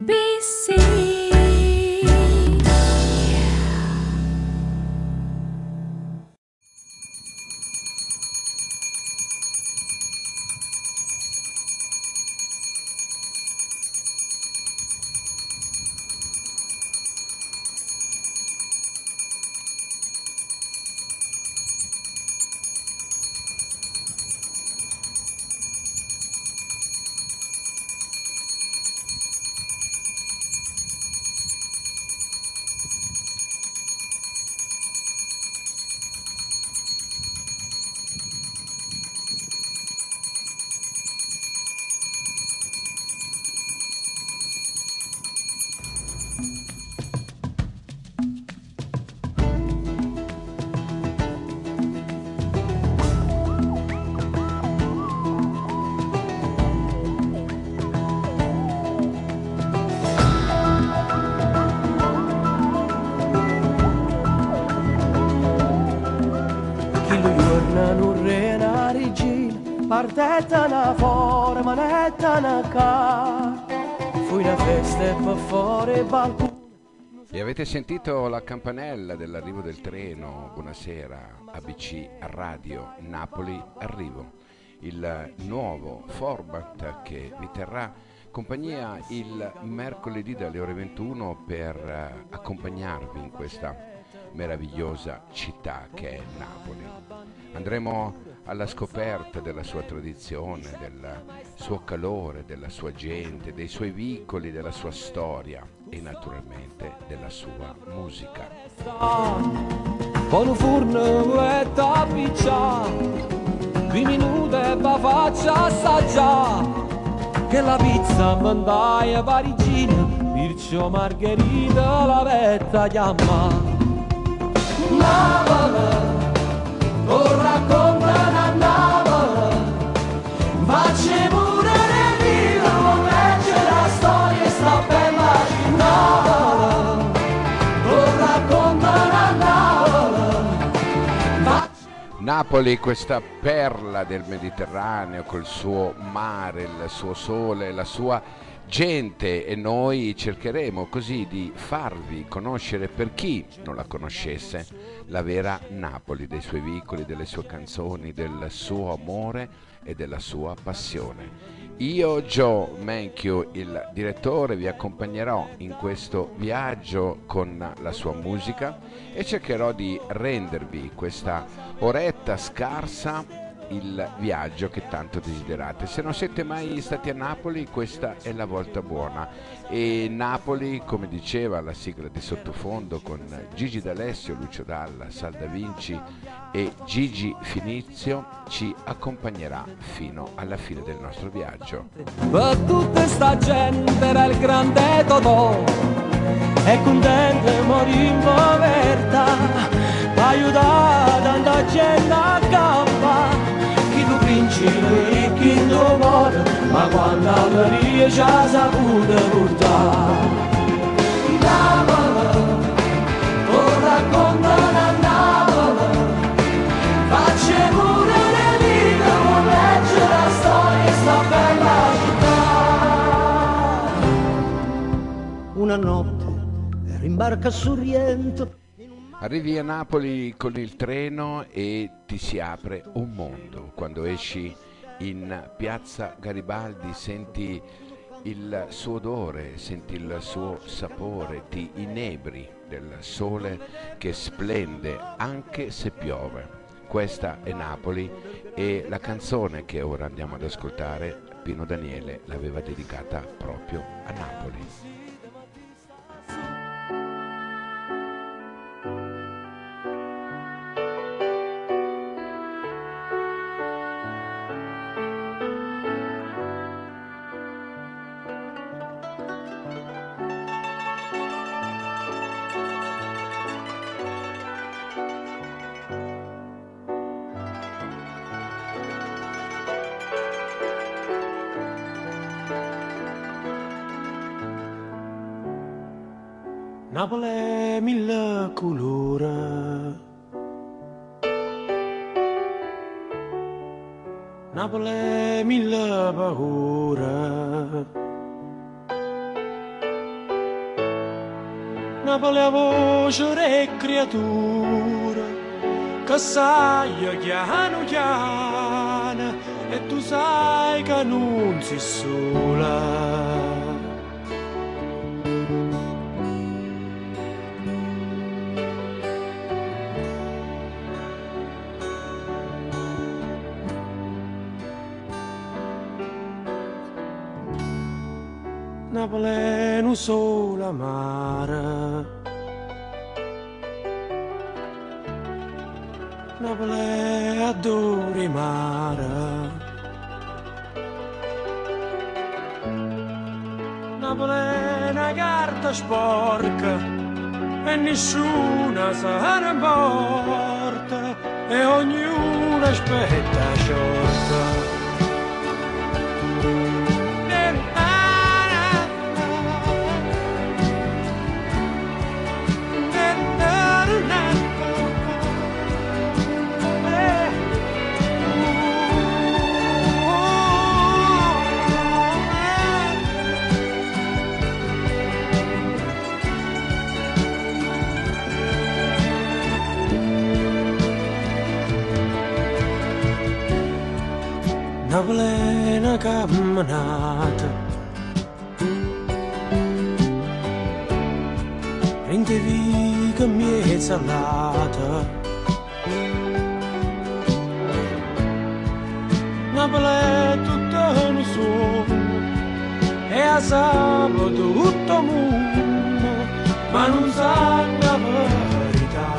BC. Partetta una forma netta una car, fu una festa e per fuori balcone. E avete sentito la campanella dell'arrivo del treno? Buonasera, ABC Radio Napoli Arrivo, il nuovo format che vi terrà compagnia il mercoledì dalle ore 21 per accompagnarvi in questa meravigliosa città che è Napoli. Andremo alla scoperta della sua tradizione, del suo calore, della sua gente, dei suoi vicoli, della sua storia e naturalmente della sua musica. Con un forno e tappiccia, 2 minuti e va faccia assaggiare, che la pizza mandaia parigina, perciò margherita la vetta chiama. Napoli, o racconta a Napoli, facci pure le vite, non legge la storia sta bella Napoli, o racconta a Napoli. Napoli, questa perla del Mediterraneo col suo mare, il suo sole, la sua gente, e noi cercheremo così di farvi conoscere, per chi non la conoscesse, la vera Napoli, dei suoi vicoli, delle sue canzoni, del suo amore e della sua passione. Io, Joe Manchio, il direttore, vi accompagnerò in questo viaggio con la sua musica e cercherò di rendervi questa oretta scarsa il viaggio che tanto desiderate. Se non siete mai stati a Napoli, questa è la volta buona. E Napoli, come diceva la sigla di sottofondo, con Gigi D'Alessio, Lucio Dalla, Sal Da Vinci e Gigi Finizio, ci accompagnerà fino alla fine del nostro viaggio. Per tutta sta gente era il grande Totò, e contento morì in povertà, aiutata tanta gente a campa. E chi non muore, ma quando avvenire ci ha saputo portare. Napoli, o racconta a Napoli, facci pure le vite, non legge la storia sta bella città. Una notte ero in barca a Sorrento. Arrivi a Napoli con il treno e ti si apre un mondo. Quando esci in piazza Garibaldi senti il suo odore, senti il suo sapore, ti inebri del sole che splende anche se piove. Questa è Napoli e la canzone che ora andiamo ad ascoltare, Pino Daniele l'aveva dedicata proprio a Napoli. Napoli è mille colori, Napoli è mille paure, Napoli a voce re creatura, che sai chiano chiano, e tu sai che non sei sola. Napoli è un solo mare, Napoli è adori mare, Napoli è una carta sporca e nessuna se ne porta e ognuno aspetta sciorta. Napoli è una camminata, prende viga mezza salata. Napoli è tutto un sogno, e a sabato tutto il mondo, ma non sa la verità.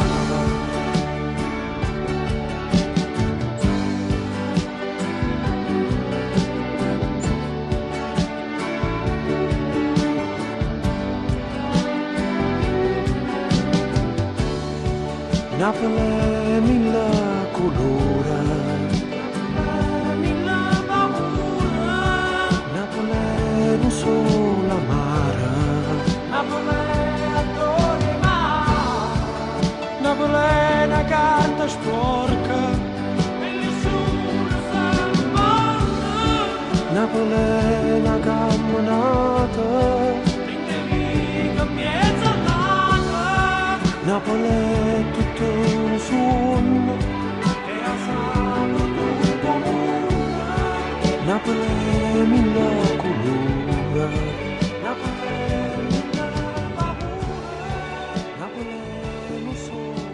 Napoli è mille colori, mille paura, Napoli è un solo mare, Napoli è adore mare, Napoli è una carta sporca e nessuno sa porta, Napoli è una camminata, prende viga mezza nata, Napoli è tutto un sogno e a sabato tutto mondo, Napoli è mille colori, Napoli è mille paura, Napoli è un solo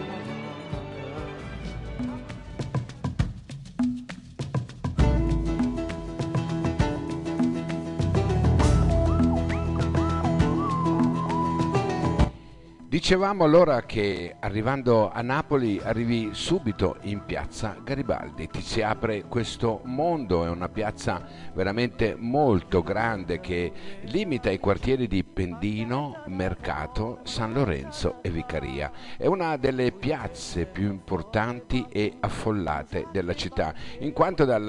Dicevamo allora che arrivando a Napoli arrivi subito in piazza Garibaldi, ti si apre questo mondo, è una piazza veramente molto grande che limita i quartieri di Pendino, Mercato, San Lorenzo e Vicaria. È una delle piazze più importanti e affollate della città, in quanto dal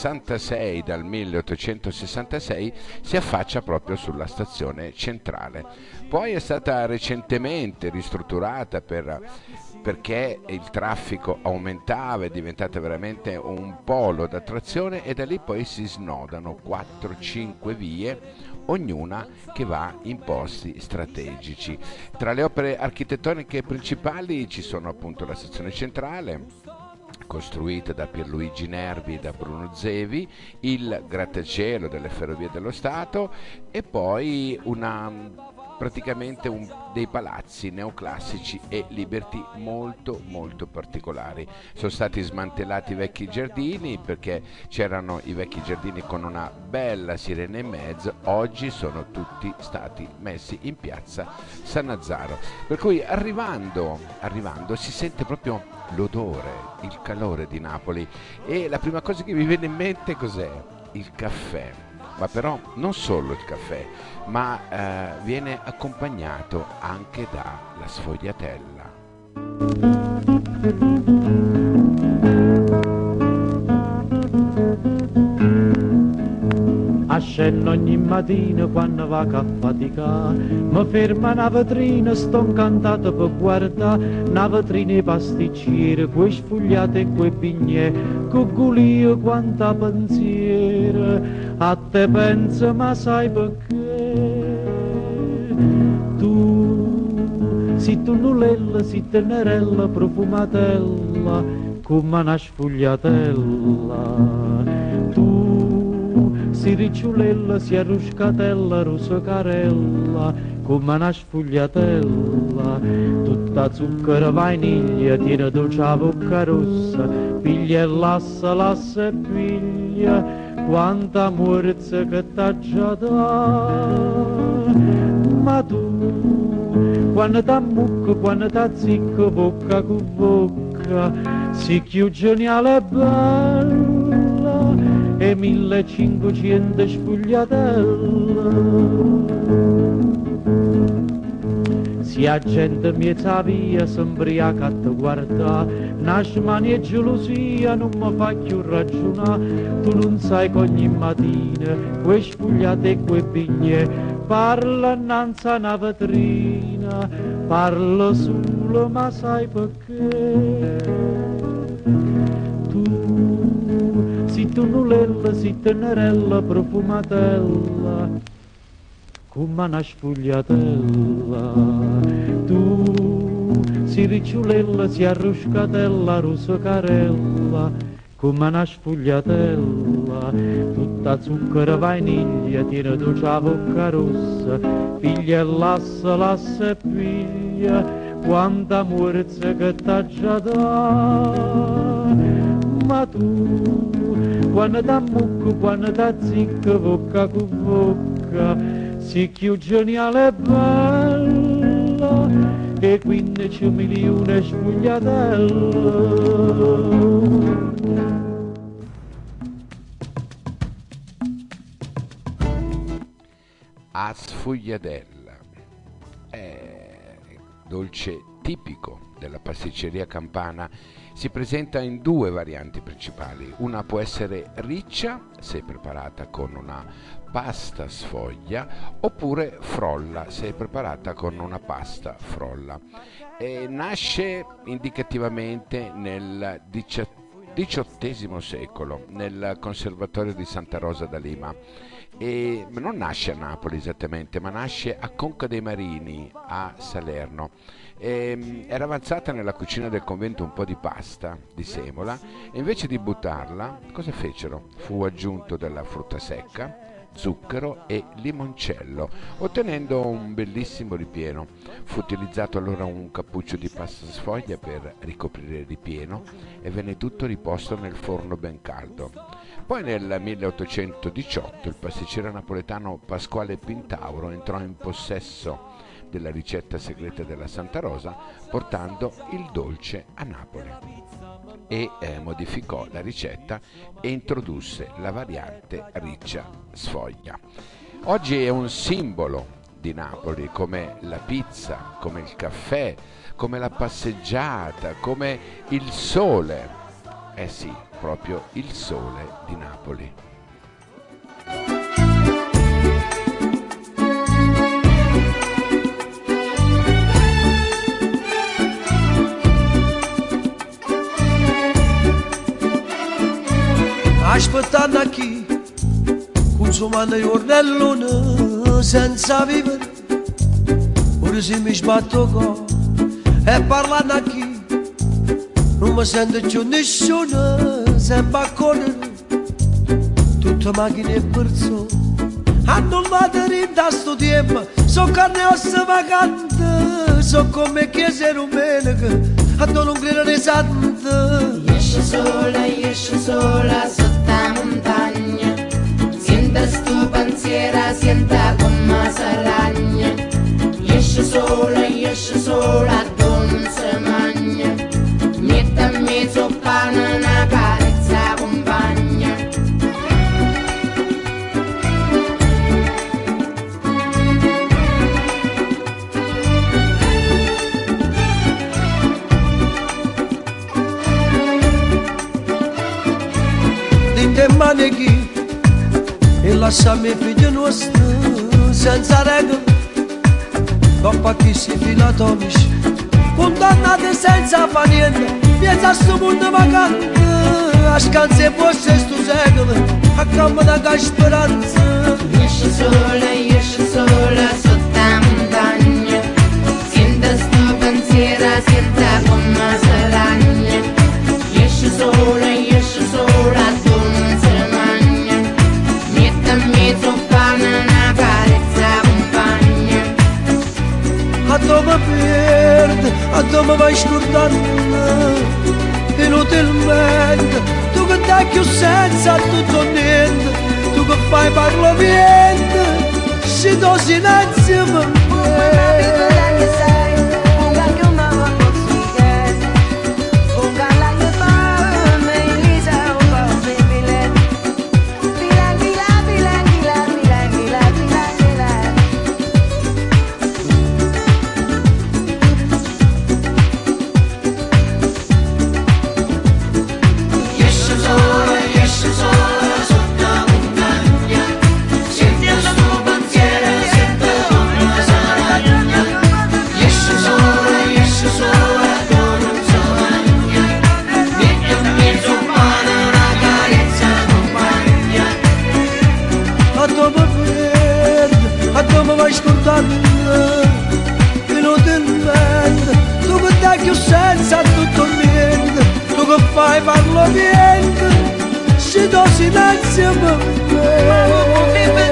1866 si affaccia proprio sulla stazione centrale. Poi è stata recentemente ristrutturata perché il traffico aumentava, è diventata veramente un polo d'attrazione e da lì poi si snodano 4-5 vie, ognuna che va in posti strategici. Tra le opere architettoniche principali ci sono appunto la stazione centrale, costruita da Pierluigi Nervi e da Bruno Zevi, il grattacielo delle Ferrovie dello Stato e poi praticamente dei palazzi neoclassici e liberty molto molto particolari. Sono stati smantellati i vecchi giardini perché c'erano i vecchi giardini con una bella sirena in mezzo, oggi sono tutti stati messi in piazza Sannazaro, per cui arrivando si sente proprio l'odore, il calore di Napoli e la prima cosa che mi viene in mente cos'è? Il caffè. Ma però non solo il caffè, ma viene accompagnato anche dalla sfogliatella. Scendo ogni mattina quando va a faticare, mi ferma una vetrina, sto incantato per guardare, una vetrina e pasticcere, quei sfogliati e quei bignè, con gulio quanta pensiero, a te penso ma sai perché? Tu si tunnulella, si tenerella, profumatella, come una sfogliatella. Tu si ricciulella, si arruscatella, rosacarella, come una sfogliatella. Tutta zucchero, vaniglia, tiene dolce a bocca rossa, piglia e lassa e piglia, quanta morezza che t'ha già dato. Ma tu, quando t'ammucca, quando t'azzicca, bocca con bocca, si chiude geniale e bella, e 1500 sfogliatelle. Si a gente miezza via, s'imbriaca a te guarda, nasce mani e gelosia, non mi fa più ragionare. Tu non sai che ogni mattina, quei sfogliati e quei bigne, parla innanzi a una vetrina, parla solo, ma sai perché? Tu, si tunnulella, si tenerella, profumatella, come una sfogliatella. Tu si ricciulella, si arruscatella, rosacarella, come una sfogliatella. Tutta zucchero, vaniglia, tiene dolce a bocca rossa, piglia e lassa e piglia, quanta morezza che t'ha già dato. Ma tu, quando t'ammucca, quando t'azzicca, bocca con bocca, si chiude geniale e bella, e 15 milioni sfogliatelle. A sfogliatella è dolce tipico della pasticceria campana. Si presenta in due varianti principali. Una può essere riccia, se preparata con una pasta sfoglia, oppure frolla, se è preparata con una pasta frolla. Nasce indicativamente nel XVIII secolo nel Conservatorio di Santa Rosa da Lima, e non nasce a Napoli esattamente, ma nasce a Conca dei Marini, a Salerno. Era avanzata nella cucina del convento un po' di pasta di semola, e invece di buttarla, cosa fecero? Fu aggiunto della frutta secca, zucchero e limoncello, ottenendo un bellissimo ripieno. Fu utilizzato allora un cappuccio di pasta sfoglia per ricoprire il ripieno, e venne tutto riposto nel forno ben caldo. Poi nel 1818 il pasticcere napoletano Pasquale Pintauro entrò in possesso della ricetta segreta della Santa Rosa, portando il dolce a Napoli, e modificò la ricetta e introdusse la variante riccia sfoglia. Oggi è un simbolo di Napoli, come la pizza, come il caffè, come la passeggiata, come il sole. Eh sì, proprio il sole di Napoli. Aspettando qui, consumando i ornelloni senza vivere, ora se mi sbatto qua e parlando qui, non mi sento più nessuno, sempre a correre, tutte macchine e persone, hanno materi da sto tempo, so carne e ossa vacante, so come chiese rumeniche, hanno non credere sante. Esce sola sotto la montagna, senta sto pensiero, senta come si ragna. Esce sola, non si magna, mette a mezzo pane una carezza compagna. Maneghi e lasciami figlio nostro senza regole, dopo chi si fila atomici, condannati senza fare niente, piazza a sto mondo vacante, a scanse fosse sto secolo, a campo da speranza. Esce sola sotto la montagna, sente sto quando mi vai scordando inutilmente, tu che dai più senza tutto niente, tu che fai parlo niente, se do silenzio per me. Inutilmente, tu che dai più senza tutto niente, tu che fai parlo niente, se do silenzio per me.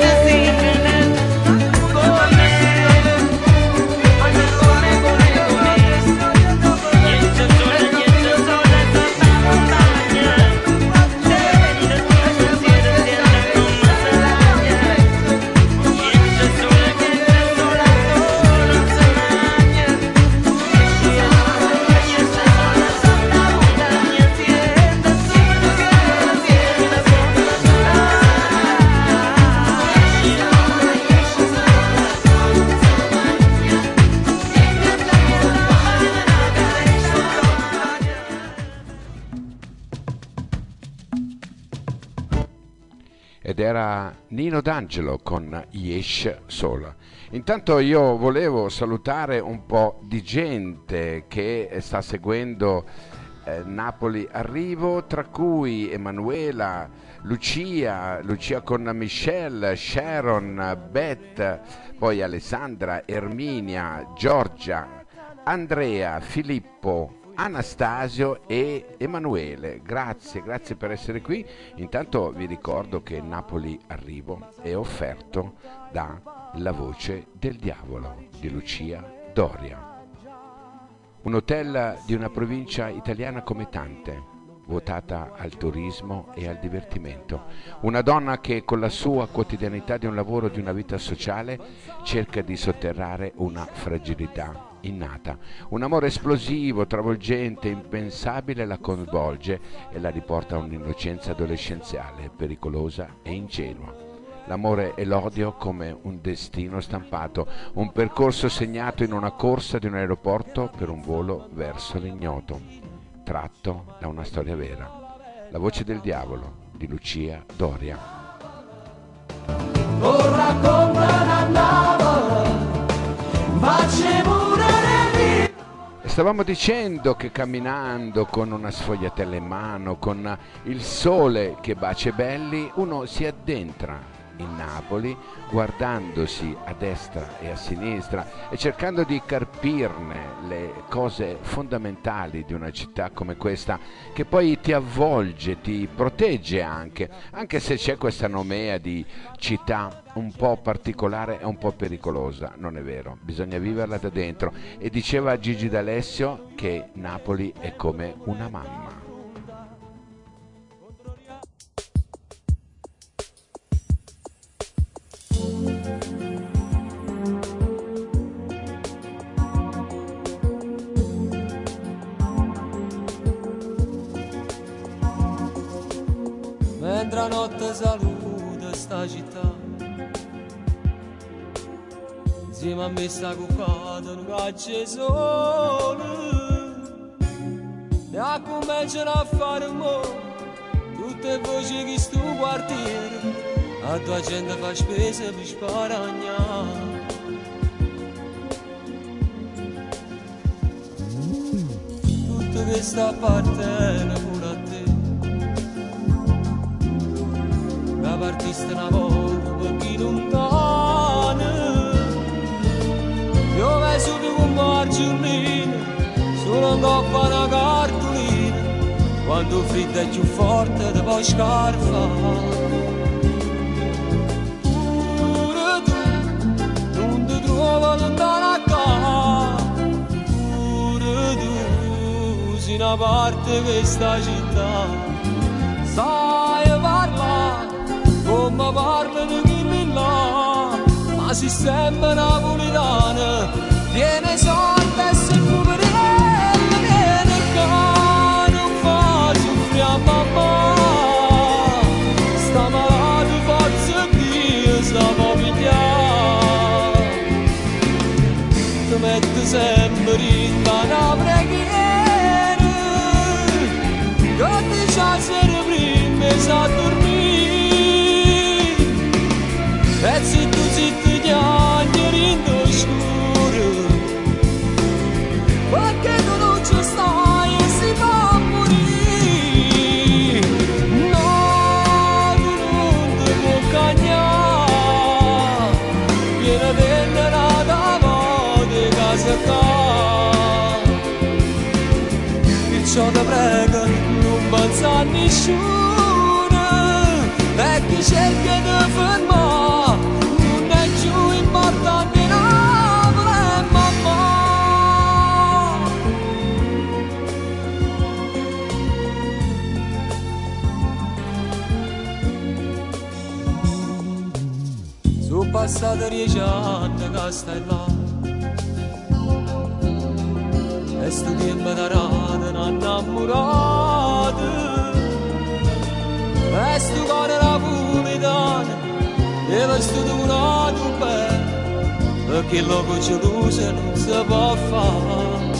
Ed era Nino D'Angelo con Jesce sola. Intanto io volevo salutare un po' di gente che sta seguendo Napoli Arrivo, tra cui Emanuela, Lucia con Michelle, Sharon, Beth, poi Alessandra, Erminia, Giorgia, Andrea, Filippo, Anastasio e Emanuele. Grazie per essere qui. Intanto vi ricordo che Napoli Arrivo è offerto da La Voce del Diavolo di Lucia Doria, un hotel di una provincia italiana come tante, votata al turismo e al divertimento. Una donna che con la sua quotidianità di un lavoro, di una vita sociale, cerca di sotterrare una fragilità innata. Un amore esplosivo, travolgente, impensabile la coinvolge e la riporta a un'innocenza adolescenziale, pericolosa e ingenua. L'amore e l'odio come un destino stampato, un percorso segnato in una corsa di un aeroporto per un volo verso l'ignoto, tratto da una storia vera. La Voce del Diavolo di Lucia Doria. Stavamo dicendo che camminando con una sfogliatella in mano, con il sole che bacia belli, uno si addentra in Napoli, guardandosi a destra e a sinistra e cercando di carpirne le cose fondamentali di una città come questa, che poi ti avvolge, ti protegge anche se c'è questa nomea di città un po' particolare e un po' pericolosa. Non è vero, bisogna viverla da dentro. E diceva Gigi D'Alessio che Napoli è come una mamma. Mentre la notte saluta sta città, insieme a me sta cuccata un caccia sole, e cominciano a fare tutte le voci che sto quartiere, a tua gente fa spese per sparagnare. Tutto che sta partendo pure a te, la partista una volta per chi lontano, io vai subito con margiolino, solo un coppa una cartolina, quando freddo è più forte te puoi scarfare. Pure tu non ti trovi lontano a casa, pure una parte questa città. Sai parlare come parlano quelli là, ma si sembra napolitana, tiene sorte e si poverella, viene qua, non fa soffrire a mamma, sta malato forza Dio, sta pigliare, ti mette sempre in una preghiera, che ti c'ha sera prima e sa dormire. E zitto zitto chiacchieri in scuro, perché tu non ci stai e si fa morire. No, tu non ti puoi cagnare, viene vendere di casa qua. Perciò ti prego, non pensare a nessuno, e chi cerca di fermare importante Napoli e mamma. Sono passati 10 anni che stai là e sto tempo da rana non innamorato e sto cuore napolitano e vestito curato bene, perché l'uomo geloso non si può fare.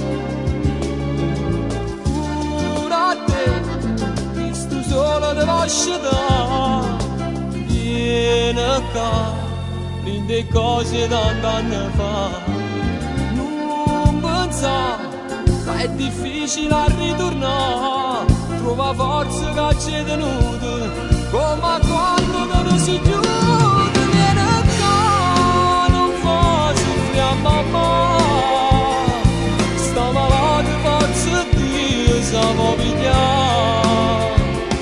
Pure a te, questo solo ti lascio dare, vieni qua, prendi cose tanti anni fa. Non pensare che è difficile a ritornare, trova forza che c'è tenuto, come quando non si chiude. Mamma, sta malata forza Dio siamo pigliati,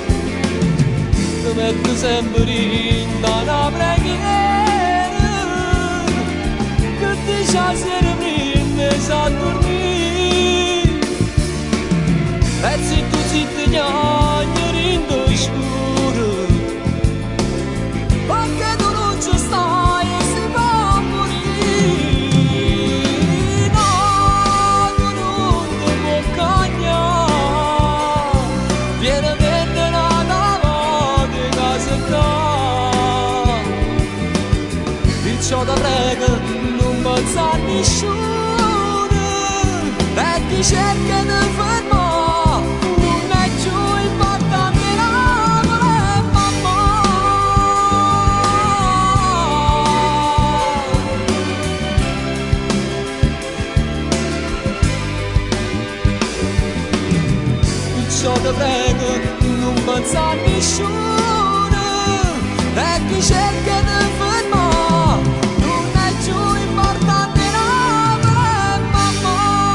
ti metto sempre in una preghiera, che ti c'ha sera prima e sa dormire, e zitto zitto chiacchieri in scuro, perché tu non ci stai e si fa morire. Perciò ti prego, non pensare a nessuno, e chi cerca di fermare, non è più importante Napoli e mamma. Perciò ti prego, non pensare a nessuno, e chi cerca di fermare, non è più importante Napoli e mamma.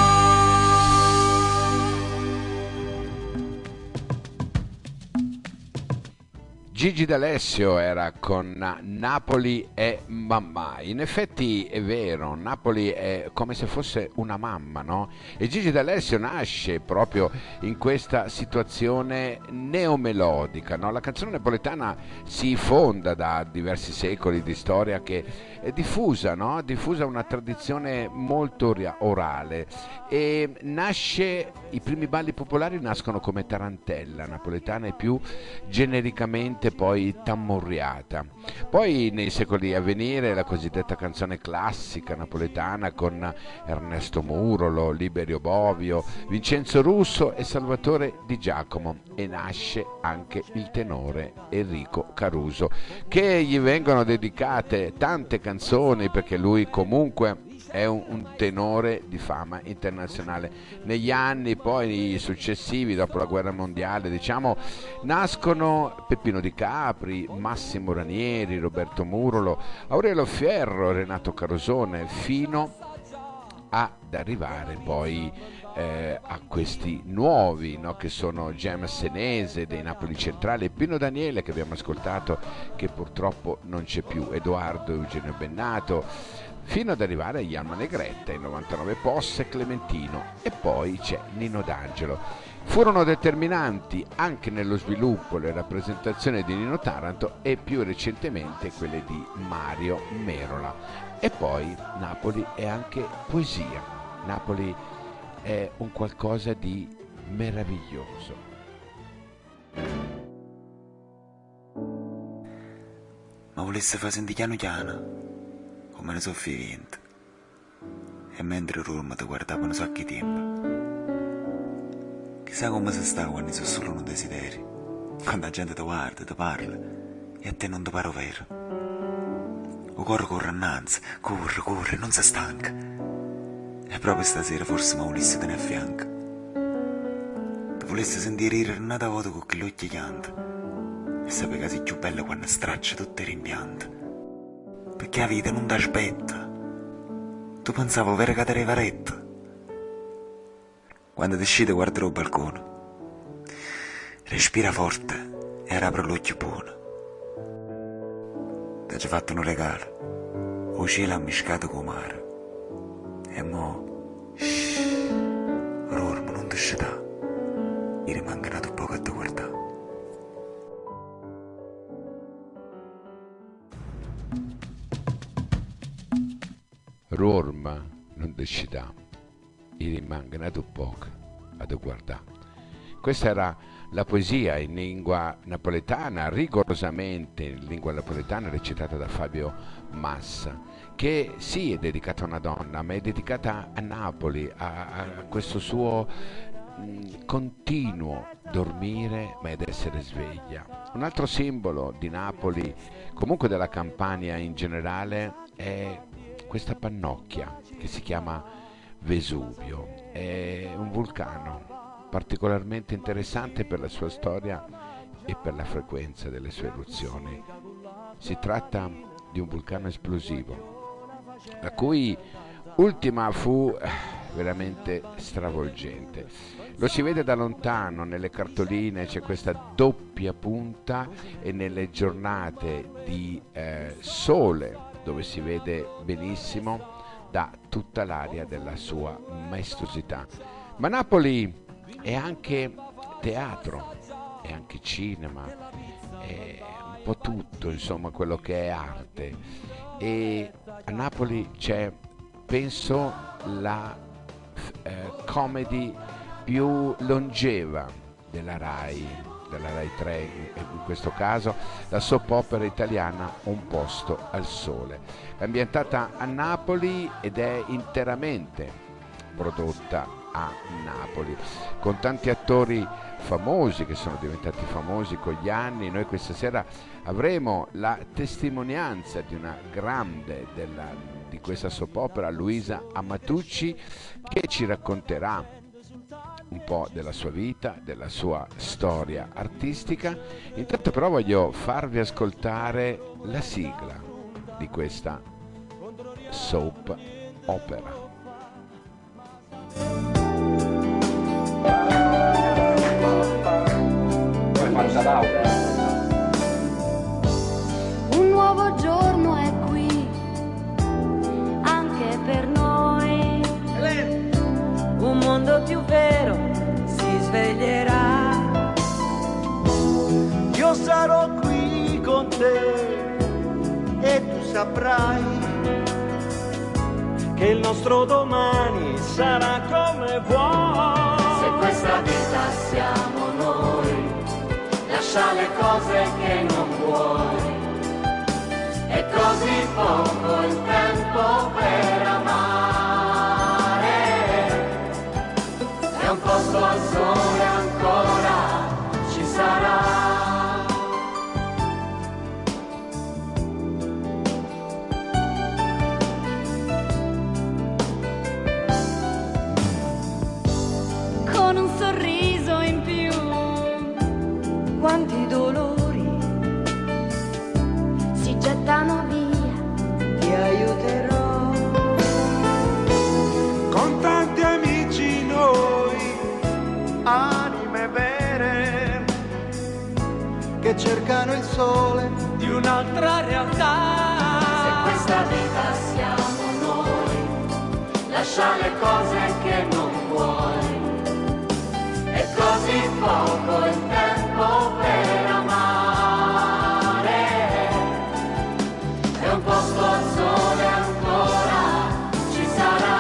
Gigi D'Alessio era con Napoli e mamma. In effetti è vero, Napoli è come se fosse una mamma, no? E Gigi D'Alessio nasce proprio in questa situazione neomelodica, no? La canzone napoletana si fonda da diversi secoli di storia che è diffusa, no? Diffusa una tradizione molto orale e nasce, i primi balli popolari nascono come tarantella napoletana e più genericamente poi tammorriata. Poi nei secoli a venire la cosiddetta canzone classica napoletana con Ernesto Murolo, Liberio Bovio, Vincenzo Russo e Salvatore Di Giacomo, e nasce anche il tenore Enrico Caruso, che gli vengono dedicate tante canzoni perché lui comunque è un tenore di fama internazionale. Negli anni poi successivi, dopo la guerra mondiale, diciamo, nascono Peppino Di Capri, Massimo Ranieri, Roberto Murolo, Aurelio Fierro, Renato Carosone, fino ad arrivare poi a questi nuovi, no, che sono Gem Senese dei Napoli Centrale, Pino Daniele che abbiamo ascoltato, che purtroppo non c'è più, Edoardo Eugenio Bennato, fino ad arrivare agli Alma Negretta, i 99 Posse, Clementino, e poi c'è Nino D'Angelo. Furono determinanti anche nello sviluppo le rappresentazioni di Nino Taranto e più recentemente quelle di Mario Merola. E poi Napoli è anche poesia. Napoli è un qualcosa di meraviglioso. Ma volesse fare sentire piano piano, come ne soffia vento. E mentre Roma ti guardava un sacco di tempo. Chissà come si sta quando sono solo un desiderio. Quando la gente ti guarda, ti parla, e a te non ti pare vero. O corre innanzi, corre, non si stanca. E proprio stasera forse mi volesse tenere a fianco. Ti volesse sentire ridere una volta con quegli occhi chianti. E sapere che sei più bella quando straccia tutte le rimpianti. Perché la vita non ti aspetta. Tu pensavo vero che ti arriva retta. Quando ti uscite guarda il balcone. Respira forte e apri l'occhio buono. Ti ci fatto un regalo. O cielo ammiscato con mare. E mo... Rormo, non ti scetà. Mi rimanga un poco a te guardare. Rorma, non ti scetà. Mi rimanga un poco a te guardare. Questa era la poesia in lingua napoletana, rigorosamente in lingua napoletana, recitata da Fabio Massa, che sì è dedicata a una donna, ma è dedicata a Napoli, a questo suo continuo dormire ma ed essere sveglia. Un altro simbolo di Napoli, comunque della Campania in generale, è questa pannocchia che si chiama Vesuvio. È un vulcano particolarmente interessante per la sua storia e per la frequenza delle sue eruzioni. Si tratta di un vulcano esplosivo, la cui ultima fu veramente stravolgente. Lo si vede da lontano, nelle cartoline c'è questa doppia punta e nelle giornate di sole, dove si vede benissimo, dà tutta l'aria della sua maestosità. Ma Napoli è anche teatro, è anche cinema, è un po' tutto, insomma, quello che è arte. E a Napoli c'è, penso, la comedy più longeva della Rai 3, in questo caso la soap opera italiana Un posto al sole, ambientata a Napoli ed è interamente prodotta a Napoli, con tanti attori famosi che sono diventati famosi con gli anni. Noi questa sera avremo la testimonianza di una grande di questa soap opera, Luisa Amatucci, che ci racconterà un po' della sua vita, della sua storia artistica. Intanto però voglio farvi ascoltare la sigla di questa soap opera. Un nuovo giorno è qui, anche per noi. Un mondo più vero si sveglierà. Io sarò qui con te e tu saprai che il nostro domani sarà come vuoi. Se questa vita siamo noi, lascia le cose che non vuoi. È così poco il tempo per amare. È un posto al sole ancora ci sarà. Con un sorriso in più, quanti dolori si gettano via, ti aiuterò. Con tanti amici noi, anime vere, che cercano il sole di un'altra realtà. Se questa vita siamo lascia le cose che non vuoi, è così poco il tempo per amare, è un posto al sole ancora ci sarà.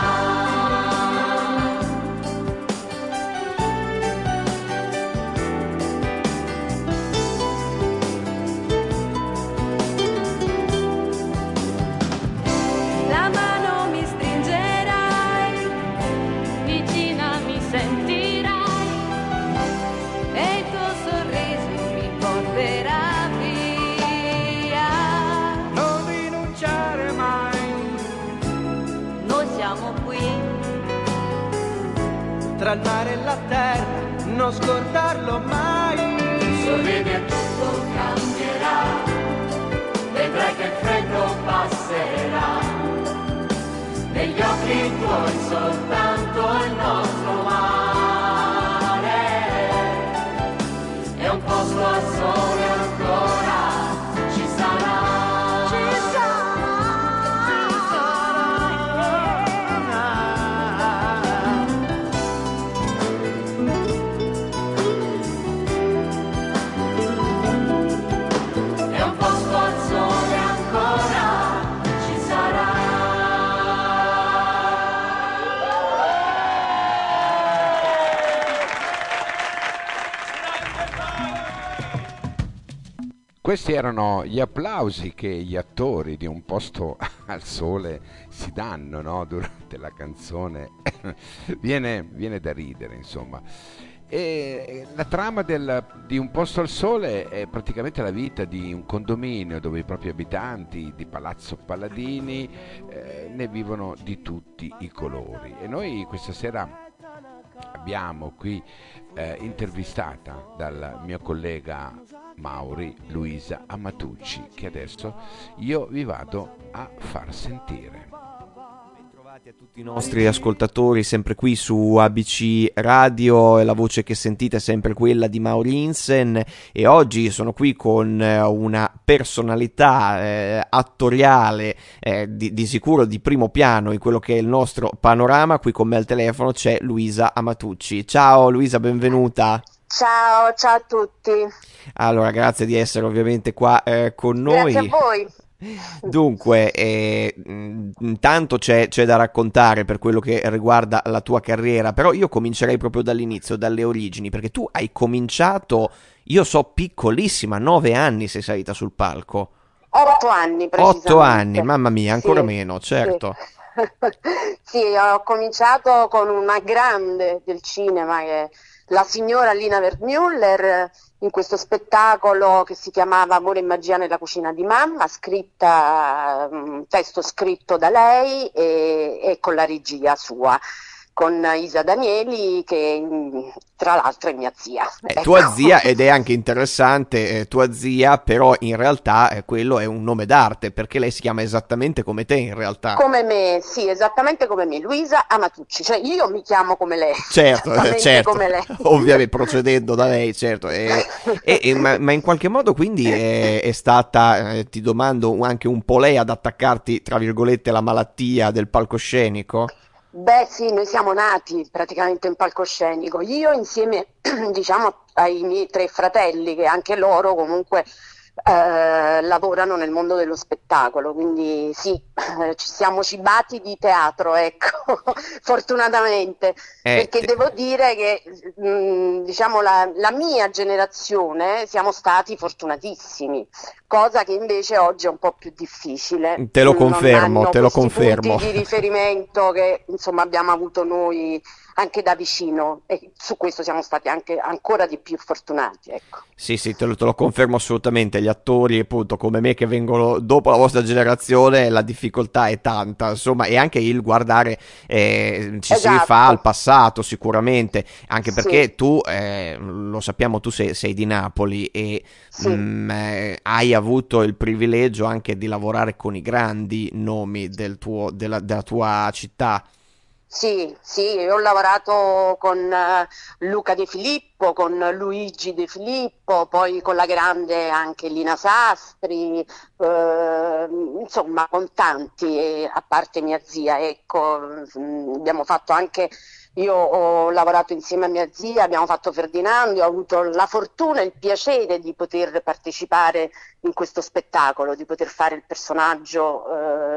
La mano mi stringerai, vicina mi sentirai e il tuo sorriso mi porterà via. Non rinunciare mai, Noi siamo qui, tra il mare e la terra, non scordarlo mai. Sorridi e tutto cambierà, vedrai che il freddo passerà, negli occhi tuoi soltanto il nostro mare, è un posto al sole ancora ci sarà. È un posto al sole ancora ci sarà. Questi erano gli applausi che gli attori di Un posto al sole si danno, no? Durante la canzone. Viene da ridere, insomma. E la trama di Un posto al sole è praticamente la vita di un condominio dove i propri abitanti di Palazzo Palladini ne vivono di tutti i colori. E noi questa sera abbiamo qui intervistata dal mio collega Mauri Luisa Amatucci, che adesso io vi vado a far sentire. Bentrovati a tutti i nostri ascoltatori, sempre qui su ABC Radio, e la voce che sentite è sempre quella di Mauri Insen, e oggi sono qui con una personalità attoriale di sicuro di primo piano in quello che è il nostro panorama. Qui con me al telefono c'è Luisa Amatucci. Ciao Luisa, benvenuta. Ciao a tutti. Allora, grazie di essere ovviamente qua con noi. Grazie a voi. Dunque, intanto c'è da raccontare per quello che riguarda la tua carriera, però io comincerei proprio dall'inizio, dalle origini, perché tu hai cominciato, io so, piccolissima, 9 anni sei salita sul palco. 8 anni precisamente. 8 anni, mamma mia, ancora Sì, meno, certo. Sì, ho cominciato con una grande del cinema che è la signora Lina Wertmüller, in questo spettacolo che si chiamava Amore e magia nella cucina di mamma, un testo scritto da lei e con la regia sua, con Isa Danieli, che tra l'altro è mia zia. Tua Ecco. zia, ed è anche interessante, tua zia, però in realtà quello è un nome d'arte, perché lei si chiama esattamente come te in realtà. Come me, sì, esattamente come me, Luisa Amatucci, cioè io mi chiamo come lei. Certo, esattamente certo, come lei. ovviamente procedendo da lei, certo. Ma in qualche modo quindi è stata, ti domando, anche un po' lei ad attaccarti, tra virgolette, la malattia del palcoscenico? Beh sì, noi siamo nati praticamente in palcoscenico, io insieme diciamo ai miei 3 fratelli, che anche loro comunque lavorano nel mondo dello spettacolo, quindi sì, ci siamo cibati di teatro, ecco, fortunatamente, perché devo dire che diciamo la mia generazione siamo stati fortunatissimi, cosa che invece oggi è un po' più difficile. Te lo confermo, te lo questi confermo. punti di riferimento che insomma abbiamo avuto noi anche da vicino, e su questo siamo stati anche ancora di più fortunati, ecco. Sì, te lo confermo assolutamente. Gli attori, appunto, come me, che vengono dopo la vostra generazione, la difficoltà è tanta, insomma, e anche il guardare ci si Esatto. rifà al passato, sicuramente, anche perché Sì. tu, lo sappiamo, tu sei di Napoli e Sì. hai avuto il privilegio anche di lavorare con i grandi nomi della tua città. Sì, sì, io ho lavorato con Luca De Filippo, con Luigi De Filippo, poi con la grande anche Lina Sastri, insomma con tanti, a parte mia zia, ecco, abbiamo fatto anche, io ho lavorato insieme a mia zia, abbiamo fatto Ferdinando, ho avuto la fortuna e il piacere di poter partecipare in questo spettacolo, di poter fare il personaggio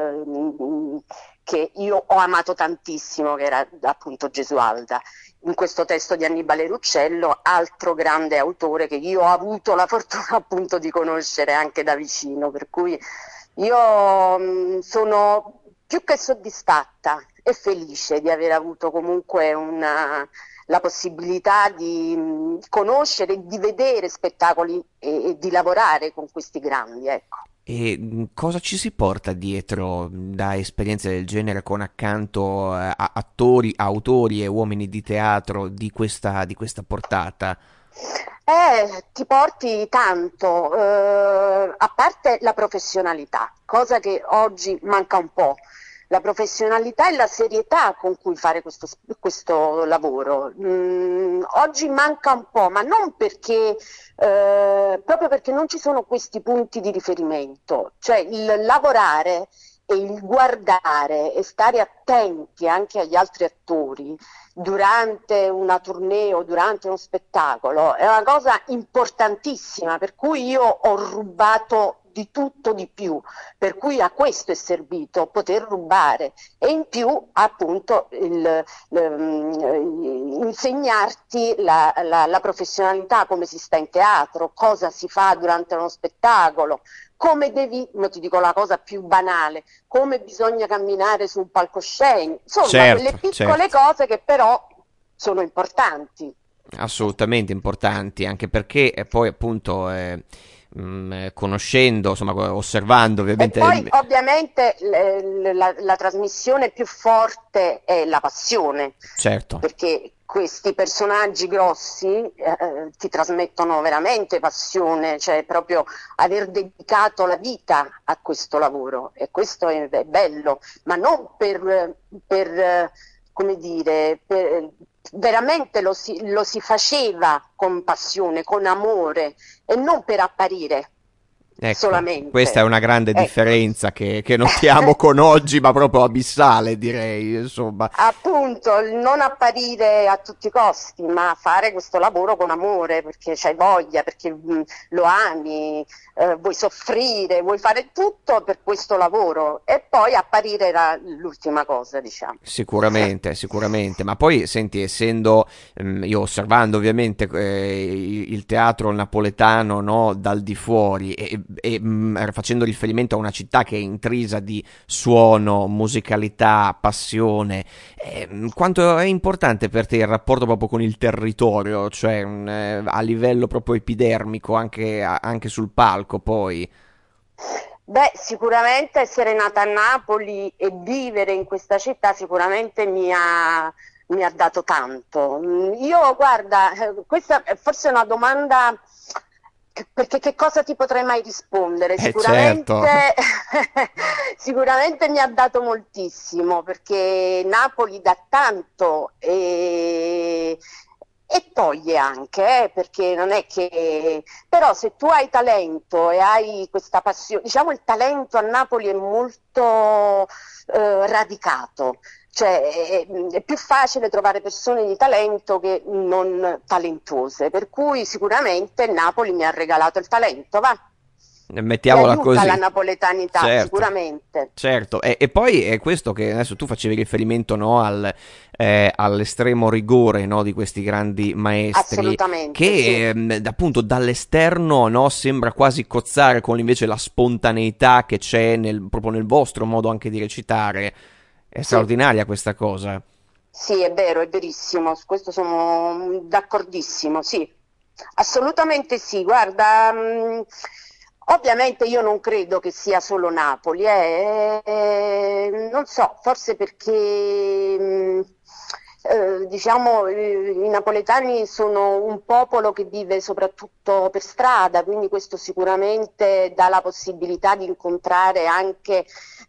che io ho amato tantissimo, che era appunto Gesualda, in questo testo di Annibale Ruccello, altro grande autore che io ho avuto la fortuna appunto di conoscere anche da vicino, per cui io sono più che soddisfatta e felice di aver avuto comunque la possibilità di conoscere e di vedere spettacoli e di lavorare con questi grandi, ecco. E cosa ci si porta dietro da esperienze del genere con accanto attori, autori e uomini di teatro di questa portata? Ti porti tanto, a parte la professionalità, cosa che oggi manca un po', la professionalità e la serietà con cui fare questo lavoro. Oggi manca un po', ma non perché, proprio perché non ci sono questi punti di riferimento, cioè il lavorare e il guardare e stare attenti anche agli altri attori durante una tournée o durante uno spettacolo è una cosa importantissima, per cui io ho rubato di tutto di più, per cui a questo è servito poter rubare e in più appunto insegnarti la professionalità, come si sta in teatro, cosa si fa durante uno spettacolo, come devi, non ti dico la cosa più banale, come bisogna camminare su un palcoscenico, insomma quelle piccole cose che però sono importanti. Assolutamente importanti, anche perché poi appunto conoscendo, insomma osservando ovviamente... E poi ovviamente la trasmissione più forte è la passione, Certo. perché questi personaggi grossi ti trasmettono veramente passione, cioè proprio aver dedicato la vita a questo lavoro e questo è bello, ma non come dire, veramente lo si faceva con passione, con amore e non per apparire. Ecco, solamente. questa è una grande differenza che notiamo con oggi, ma proprio abissale, direi, insomma. Appunto, il non apparire a tutti i costi, ma fare questo lavoro con amore, perché c'hai voglia, perché lo ami, vuoi soffrire, vuoi fare tutto per questo lavoro e poi apparire era l'ultima cosa, diciamo. Sicuramente, sicuramente, ma poi senti, essendo io osservando ovviamente il teatro napoletano, no, dal di fuori e facendo riferimento a una città che è intrisa di suono, musicalità, passione, quanto è importante per te il rapporto proprio con il territorio, cioè a livello proprio epidermico, anche sul palco poi? Beh, sicuramente essere nata a Napoli e vivere in questa città sicuramente mi ha dato tanto. Io, guarda, questa è forse una domanda, perché che cosa ti potrei mai rispondere? Sicuramente, Certo. sicuramente mi ha dato moltissimo, perché Napoli dà tanto e toglie anche, perché non è che... Però se tu hai talento e hai questa passione, diciamo il talento a Napoli è molto radicato, cioè è più facile trovare persone di talento che non talentuose, per cui sicuramente Napoli mi ha regalato il talento, va. Mettiamola Mi aiuta così. la napoletanità, Certo, sicuramente. certo. E poi è questo che adesso tu facevi riferimento, no, all'estremo rigore, no, di questi grandi maestri, Assolutamente, che appunto dall'esterno, no, sembra quasi cozzare con invece la spontaneità che c'è proprio nel vostro modo anche di recitare. È straordinaria questa cosa. Sì, è vero, è verissimo, su questo sono d'accordissimo, sì, assolutamente sì. Guarda, ovviamente io non credo che sia solo Napoli, non so, forse perché diciamo, i napoletani sono un popolo che vive soprattutto per strada, quindi questo sicuramente dà la possibilità di incontrare anche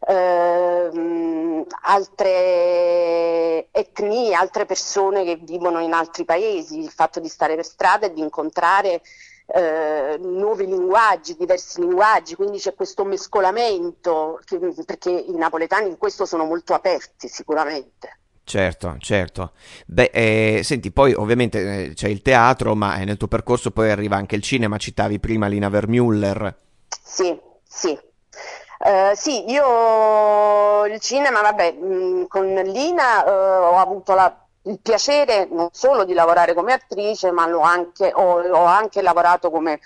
altre etnie, altre persone che vivono in altri paesi. Il fatto di stare per strada e di incontrare nuovi linguaggi, diversi linguaggi, quindi c'è questo mescolamento, perché i napoletani in questo sono molto aperti sicuramente. Certo, certo. Beh, senti, poi ovviamente c'è il teatro, ma nel tuo percorso poi arriva anche il cinema, citavi prima Lina Wertmüller. Sì, sì. Sì, io il cinema, vabbè, con Lina ho avuto il piacere non solo di lavorare come attrice, ma ho anche lavorato come,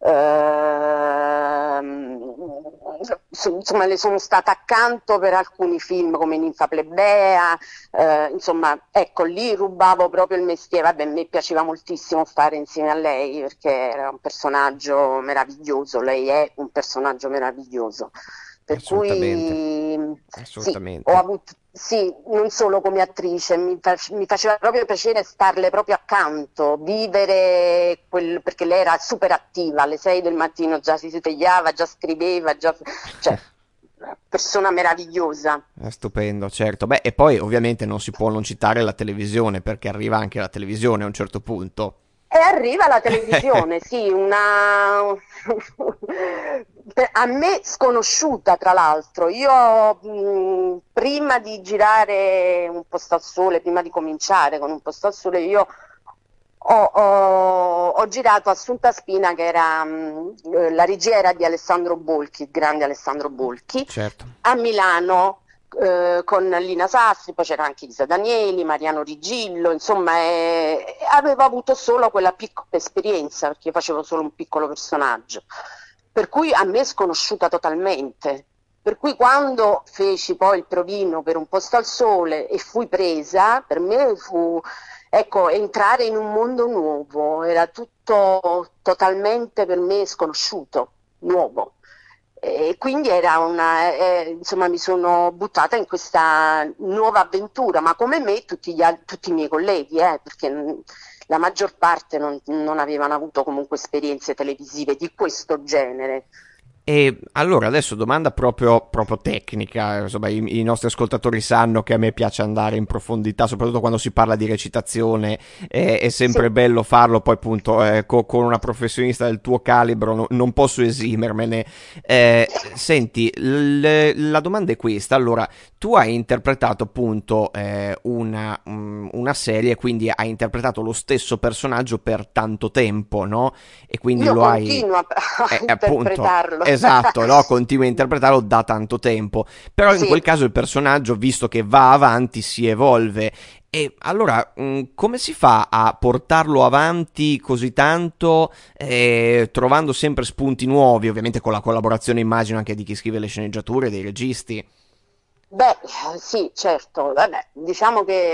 insomma, le sono stata accanto per alcuni film come Ninfa Plebea, insomma, ecco, lì rubavo proprio il mestiere. Vabbè, a me piaceva moltissimo stare insieme a lei perché era un personaggio meraviglioso, lei è un personaggio meraviglioso. Per cui Assolutamente. sì, ho avuto, sì, non solo come attrice, mi faceva proprio piacere starle proprio accanto, vivere perché lei era super attiva, alle 6 del mattino già si svegliava, già scriveva, cioè, persona meravigliosa. È stupendo, certo. Beh, e poi ovviamente non si può non citare la televisione, perché arriva anche la televisione a un certo punto. E arriva la televisione, sì, a me sconosciuta tra l'altro. Io prima di girare Un posto al sole, prima di cominciare con Un posto al sole, io ho girato Assunta Spina, che era la regia era di Alessandro Bolchi, il grande Alessandro Bolchi, Certo. a Milano. Con Lina Sassi, poi c'era anche Isa Danieli, Mariano Rigillo, insomma avevo avuto solo quella piccola esperienza perché io facevo solo un piccolo personaggio, per cui a me è sconosciuta totalmente, per cui quando feci poi il provino per Un posto al sole e fui presa, per me fu, ecco, entrare in un mondo nuovo, era tutto totalmente per me sconosciuto, nuovo. E quindi era insomma, mi sono buttata in questa nuova avventura, ma come me tutti i miei colleghi, perché la maggior parte non avevano avuto comunque esperienze televisive di questo genere. E allora adesso domanda proprio tecnica, insomma i nostri ascoltatori sanno che a me piace andare in profondità, soprattutto quando si parla di recitazione, è sempre Sì. bello farlo, poi appunto con una professionista del tuo calibro non posso esimermene. Senti, la domanda è questa, allora tu hai interpretato appunto una serie, quindi hai interpretato lo stesso personaggio per tanto tempo, no? E quindi Io lo hai... continuo a interpretarlo. Appunto, esatto, no? Continua a interpretarlo da tanto tempo. Però in Sì. quel caso il personaggio, visto che va avanti, si evolve. E allora, come si fa a portarlo avanti così tanto, trovando sempre spunti nuovi, ovviamente con la collaborazione, immagino, anche di chi scrive le sceneggiature, dei registi? Beh, sì, certo, vabbè, diciamo che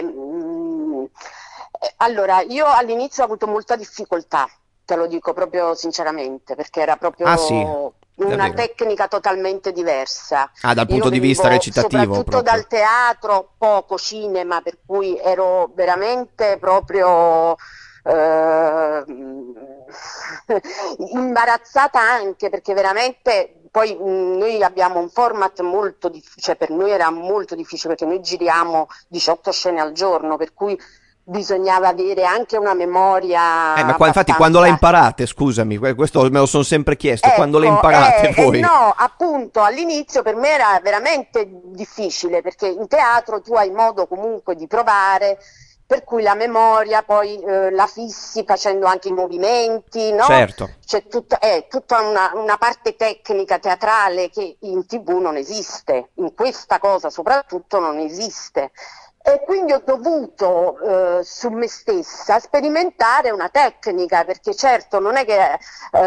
allora io all'inizio ho avuto molta difficoltà, te lo dico proprio sinceramente, perché era Ah sì, proprio una davvero? tecnica totalmente diversa. Ah, dal Io punto di vista venivo recitativo soprattutto proprio. dal teatro, poco cinema, per cui ero veramente proprio imbarazzata anche perché veramente poi noi abbiamo un format molto difficile, cioè per noi era molto difficile perché noi giriamo 18 scene al giorno, per cui bisognava avere anche una memoria Ma infatti quando la abbastanza. imparate, scusami, questo me lo sono sempre chiesto, quando le Ecco, imparate voi? no, appunto all'inizio per me era veramente difficile perché in teatro tu hai modo comunque di provare, per cui la memoria poi la fissi facendo anche i movimenti, no? Certo. C'è tutta una parte tecnica teatrale che in TV non esiste, in questa cosa soprattutto non esiste. E quindi ho dovuto su me stessa sperimentare una tecnica, perché certo non è che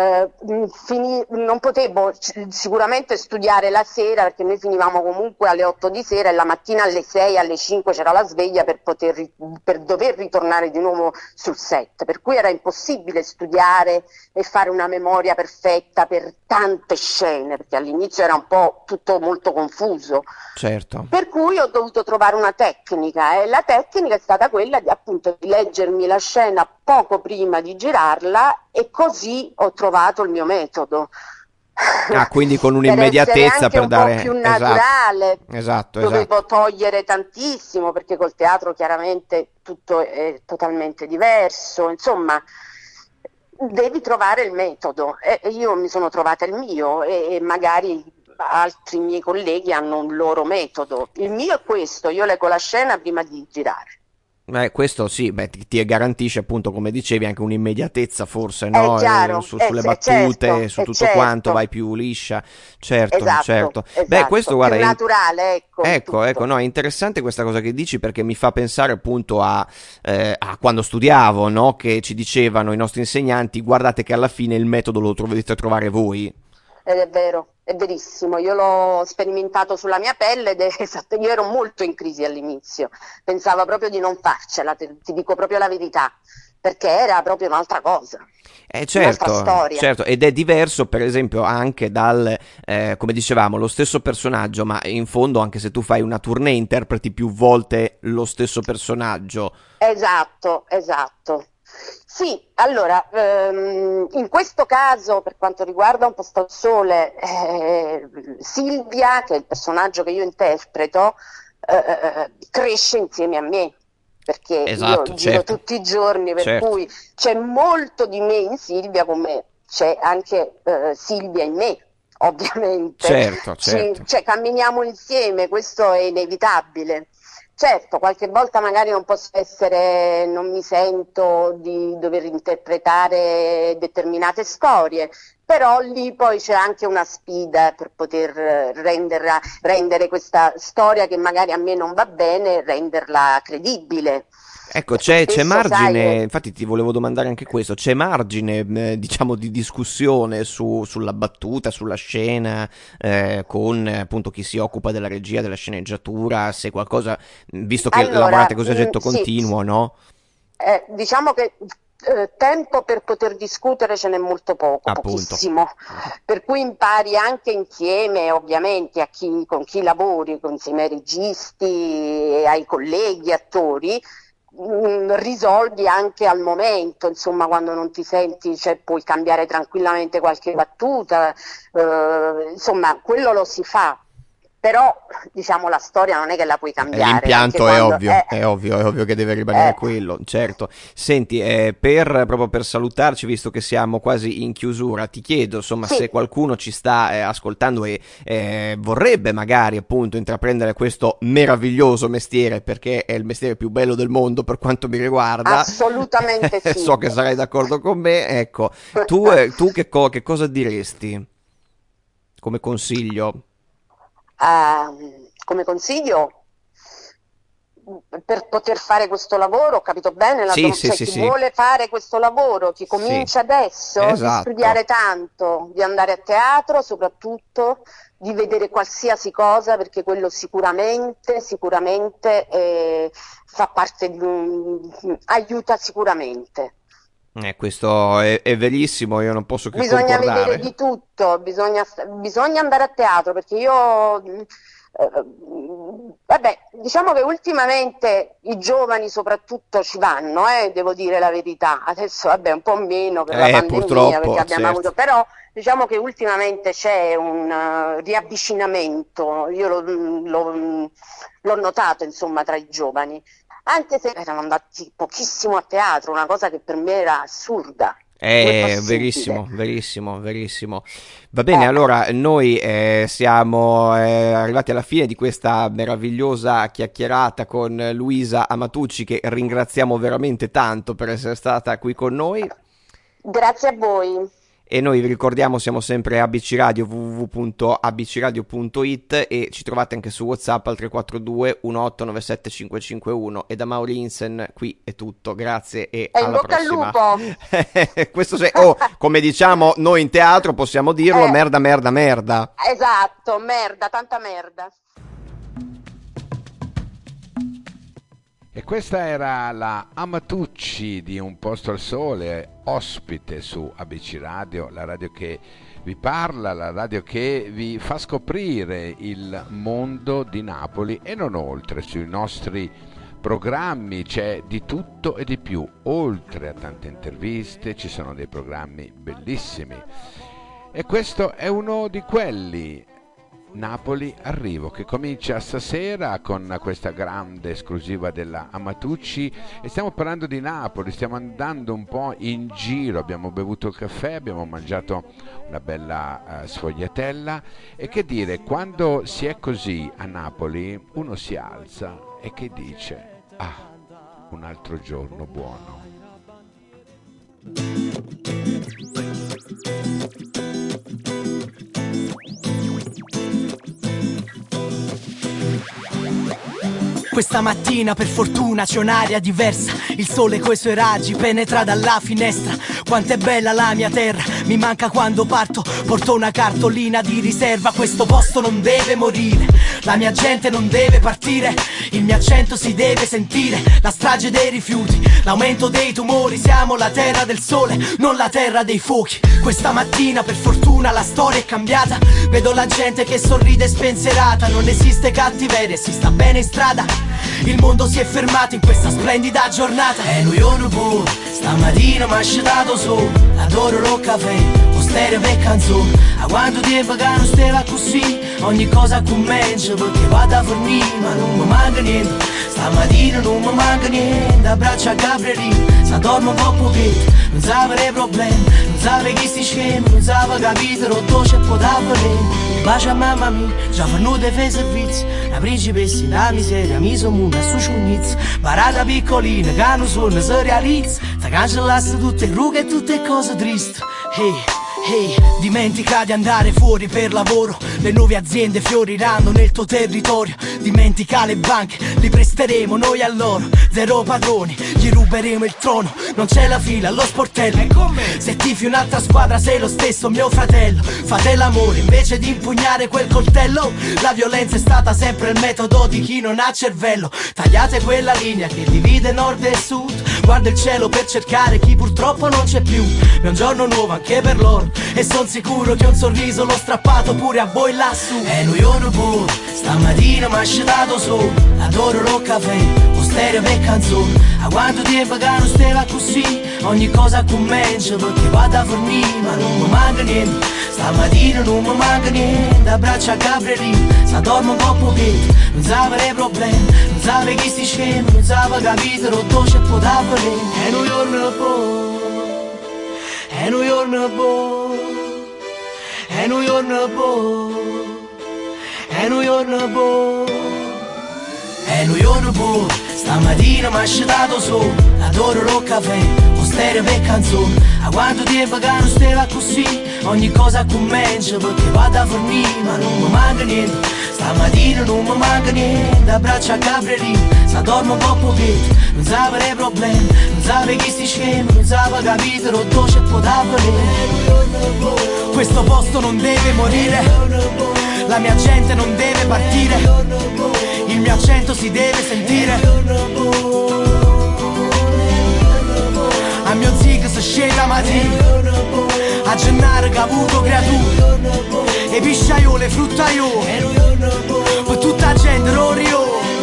non potevo sicuramente studiare la sera, perché noi finivamo comunque alle 8 di sera e la mattina alle 6, alle 5 c'era la sveglia per dover ritornare di nuovo sul set, per cui era impossibile studiare e fare una memoria perfetta per tante scene, perché all'inizio era un po' tutto molto confuso. Certo. Per cui ho dovuto trovare una tecnica tecnica, e la tecnica è stata quella di appunto di leggermi la scena poco prima di girarla, e così ho trovato il mio metodo. Quindi con Per un'immediatezza essere anche per un dare... po' più naturale, Esatto. dovevo togliere tantissimo, perché col teatro chiaramente tutto è totalmente diverso, insomma devi trovare il metodo, e io mi sono trovata il mio, e magari altri miei colleghi hanno un loro metodo. Il mio è questo: io leggo la scena prima di girare. Questo sì, ti garantisce appunto, come dicevi, anche un'immediatezza forse, no? Chiaro, Sulle battute, certo, su tutto certo. quanto, vai più liscia, certo, Esatto, certo. esatto. Questo guarda, più naturale, ecco, no, è interessante questa cosa che dici, perché mi fa pensare appunto a quando studiavo, no? Che ci dicevano i nostri insegnanti: guardate che alla fine il metodo lo dovete trovare voi. Ed è vero, è verissimo, io l'ho sperimentato sulla mia pelle, ed è esatto, io ero molto in crisi all'inizio, pensavo proprio di non farcela, ti dico proprio la verità, perché era proprio un'altra cosa, un'altra storia. Certo, ed è diverso per esempio anche dal, come dicevamo, lo stesso personaggio, ma in fondo anche se tu fai una tournée interpreti più volte lo stesso personaggio. Esatto. Sì, allora, in questo caso, per quanto riguarda Un posto al sole, Silvia, che è il personaggio che io interpreto, cresce insieme a me, perché io giro tutti i giorni, per cui c'è molto di me in Silvia, come c'è anche Silvia in me, ovviamente. Certo. Cioè, camminiamo insieme, questo è inevitabile. Certo, qualche volta magari non mi sento di dover interpretare determinate storie, però lì poi c'è anche una sfida per poter rendere questa storia, che magari a me non va bene, renderla credibile. Ecco, c'è margine, infatti ti volevo domandare anche questo, c'è margine diciamo di discussione sulla battuta, sulla scena, con appunto chi si occupa della regia, della sceneggiatura, se qualcosa, visto che lavorate così a getto continuo, no? Diciamo che tempo per poter discutere ce n'è molto poco, pochissimo, per cui impari anche insieme, ovviamente, con chi lavori, insieme ai registi, ai colleghi, attori, risolvi anche al momento, insomma, quando non ti senti, puoi cambiare tranquillamente qualche battuta, insomma, quello lo si fa. Però diciamo la storia non è che la puoi cambiare. L'impianto è ovvio che deve rimanere quello, certo. Senti, proprio per salutarci, visto che siamo quasi in chiusura, ti chiedo insomma se qualcuno ci sta ascoltando e vorrebbe magari appunto intraprendere questo meraviglioso mestiere, perché è il mestiere più bello del mondo per quanto mi riguarda. Assolutamente sì. So che sarai d'accordo con me. Ecco, tu che cosa diresti come consiglio? Come consiglio, per poter fare questo lavoro, ho capito bene? Chi vuole fare questo lavoro, chi comincia adesso, di studiare tanto, di andare a teatro, soprattutto di vedere qualsiasi cosa, perché quello sicuramente fa parte aiuta sicuramente. Questo è verissimo, io non posso che concordare. Bisogna vedere di tutto, bisogna andare a teatro, perché io diciamo che ultimamente i giovani soprattutto ci vanno, devo dire la verità. Adesso un po' meno per la pandemia, perché abbiamo avuto, però diciamo che ultimamente c'è un riavvicinamento, io l'ho notato insomma tra i giovani, anche se erano andati pochissimo a teatro, una cosa che per me era assurda. Verissimo. Va bene, allora noi siamo arrivati alla fine di questa meravigliosa chiacchierata con Luisa Amatucci, che ringraziamo veramente tanto per essere stata qui con noi. Grazie a voi. E noi vi ricordiamo, siamo sempre ABC Radio, www.abcradio.it, e ci trovate anche su WhatsApp al 342 1897 551. E da Maurinsen qui è tutto, grazie e alla prossima. Al lupo. Questo come diciamo noi in teatro possiamo dirlo, merda. Esatto, merda, tanta merda. E questa era la Amatucci di Un posto al sole, ospite su ABC Radio, la radio che vi parla, la radio che vi fa scoprire il mondo di Napoli e non oltre, sui nostri programmi, c'è di tutto e di più. Oltre a tante interviste ci sono dei programmi bellissimi e questo è uno di quelli. Napoli Arrivo, che comincia stasera con questa grande esclusiva della Amatucci, e stiamo parlando di Napoli, stiamo andando un po' in giro, abbiamo bevuto il caffè, abbiamo mangiato una bella sfogliatella, e che dire, quando si è così a Napoli uno si alza e che dice: ah, un altro giorno buono. Questa mattina per fortuna c'è un'aria diversa, il sole coi suoi raggi penetra dalla finestra. Quanto è bella la mia terra, mi manca quando parto, porto una cartolina di riserva. Questo posto non deve morire, la mia gente non deve partire, il mio accento si deve sentire. La strage dei rifiuti, l'aumento dei tumori, siamo la terra del sole, non la terra dei fuochi. Questa mattina per fortuna la storia è cambiata, vedo la gente che sorride spensierata. Non esiste cattiveria, si sta bene in strada, il mondo si è fermato in questa splendida giornata. E noi non può, stamattina mi ha scetato solo, adoro lo caffè, o stereo per canzone. A quanto tempo che non stava così, ogni cosa comincia perché vado a fornire, ma non mi manca niente. Stamattina non mi manca niente, abbraccio a Gabrielino, se dormo un po' pochetto, non sapere problemi, non sapere chi si scema, non sapere capire rotto c'è po' da volere. Bacia a mamma mia, già venuta fai servizi, la principessa da miseria, mi sono una su sciugnizza, barata piccolina che non suona si realizza, ti cancellasse tutte rughe e tutte cose tristi. Hey. Hey, dimentica di andare fuori per lavoro, le nuove aziende fioriranno nel tuo territorio. Dimentica le banche, li presteremo noi a loro. Zero padroni, gli ruberemo il trono. Non c'è la fila allo sportello, se tifi un'altra squadra sei lo stesso mio fratello. Fate l'amore invece di impugnare quel coltello. La violenza è stata sempre il metodo di chi non ha cervello. Tagliate quella linea che divide nord e sud, guarda il cielo per cercare chi purtroppo non c'è più. È un giorno nuovo anche per loro, e son sicuro che un sorriso l'ho strappato pure a voi lassù. E noi non può, stamattina mi ha scetato solo, adoro lo caffè, o stereo per canzone. A quanto tempo che non stava così, ogni cosa comincia perché vado a fornire, ma non mi manca niente. Stamattina non mi manca niente, abbraccio a Gabrielino, se dormo un po' pochetto, non sapere problemi, non sapere chi si scema, non sapere capire rotto c'è po' da volere. E noi non può, e noi non può, e noi non può, e noi non può, e noi non può. Stamattina mi ha scetato solo, adoro lo caffè, o stereo per canzone. A quanto tempo che non stava così, ogni cosa comincia perché vado a fornire, ma non mi manca niente. Stamattina non mi manca niente, abbraccio a Gabrielino, se dormo un po' pochetto, non sapere problemi, non sapere chi si scema, non sapere capire rotto c'è po' da volere. Questo posto non deve morire, la mia gente non deve partire, il mio accento si deve sentire. A mio zig si scende la mattina, a Gennaro che ha avuto creature, e pisciaiole, fruttaiole, per tutta la gente rorio.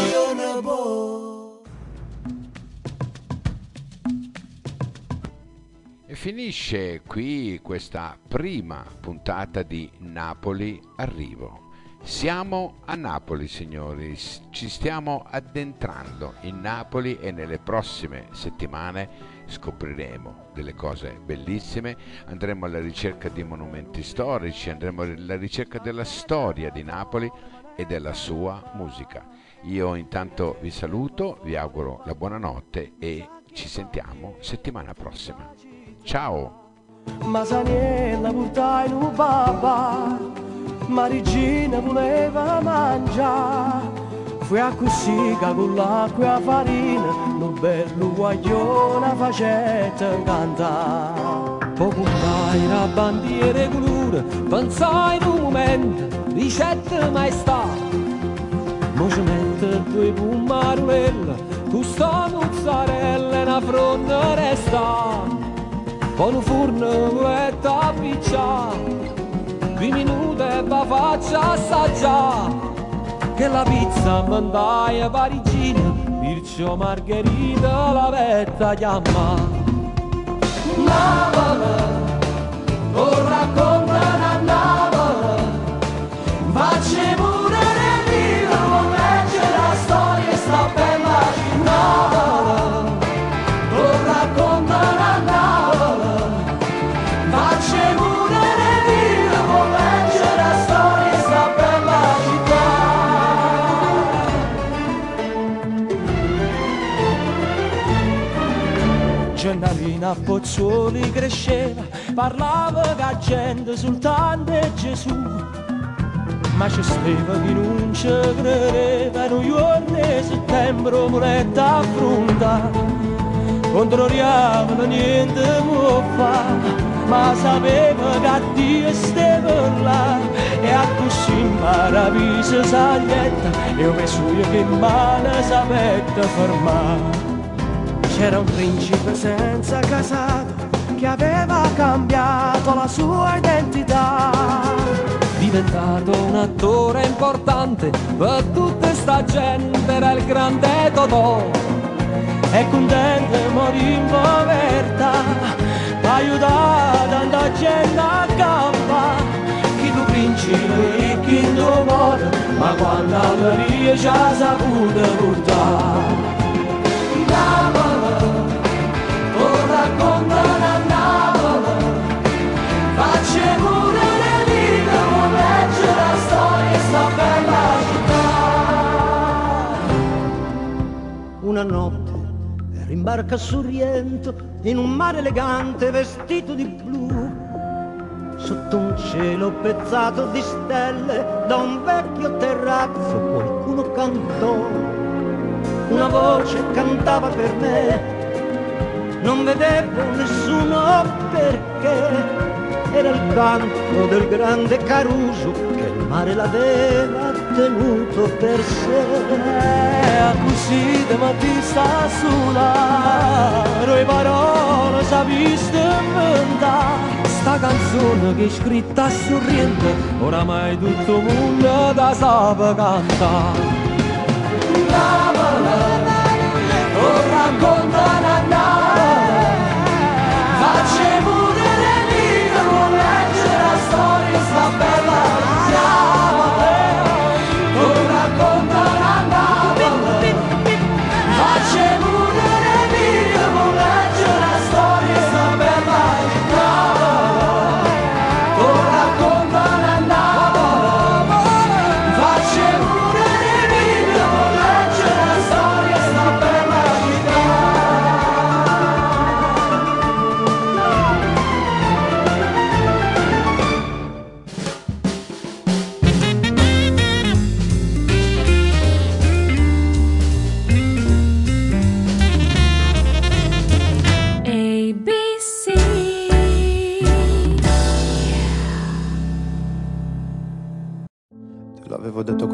E finisce qui questa prima puntata di Napoli Arrivo. Siamo a Napoli, signori, ci stiamo addentrando in Napoli e nelle prossime settimane scopriremo delle cose bellissime, andremo alla ricerca di monumenti storici, andremo alla ricerca della storia di Napoli e della sua musica. Io intanto vi saluto, vi auguro la buonanotte e ci sentiamo settimana prossima. Ciao! Masaniella portai un babà, Marigina voleva mangiare, fu a così che con l'acqua e la farina, un bello guaglione facette cantare. Poi puntai la bandiera e colore, pensai in un momento, ricette maestà, mo ci mette due pumarulelle, con sta mozzarella e una fronda resta. Poi un forno e tappicciare, 2 minuti e va faccia assaggiare, che la pizza mandai a Parigina, il Lucio Margherita la vetta chiama. Napoli, o raccontano a Napoli, facci pure rivivere come c'è la storia sta bella Napoli, o raccontano a Napoli, facci pure rivivere come c'è la storia sta bella città. Gennarina a Pozzuoli cresceva, parlava che la gente soltanto è Gesù, ma c'è stava chi non ci credeva, in un giorno di settembre muretta affronta, controlliamo niente può fare, ma sapeva che Dio stava là, e a così maraviglia saglietta, e io penso io che male sapete fermare. C'era un principe senza casato che aveva cambiato la sua identità, diventato un attore importante per tutta sta gente, era il grande Totò, e contento morì in povertà, aiutato tanta gente a campa, chi tu principe e chi tu muore, ma quando Maria ci ha saputo portare. Napoli, o raccontano a Napoli, facci pure le vite come c'è la storia sta bella città. Una notte ero in barca a Sorrento, in un mare elegante vestito di blu, sotto un cielo pezzato di stelle, da un vecchio terrazzo qualcuno cantò. Una voce cantava per me, non vedevo nessuno perché era il canto del grande Caruso che il mare l'aveva tenuto per sé. Così da mattina sta sola, le parole sapiste inventare, sta canzone che è scritta a Sorrento, oramai tutto il mondo da sape cantare. O raccontano a Napoli, facci pure le vite come c'è la storia sta bella Napoli, o raccontano a Napoli, facci pure le vite come c'è la storia sta bella Napoli, o raccontano a Napoli, facci pure le vite come c'è la storia sta bella città. ABC. Te l'avevo detto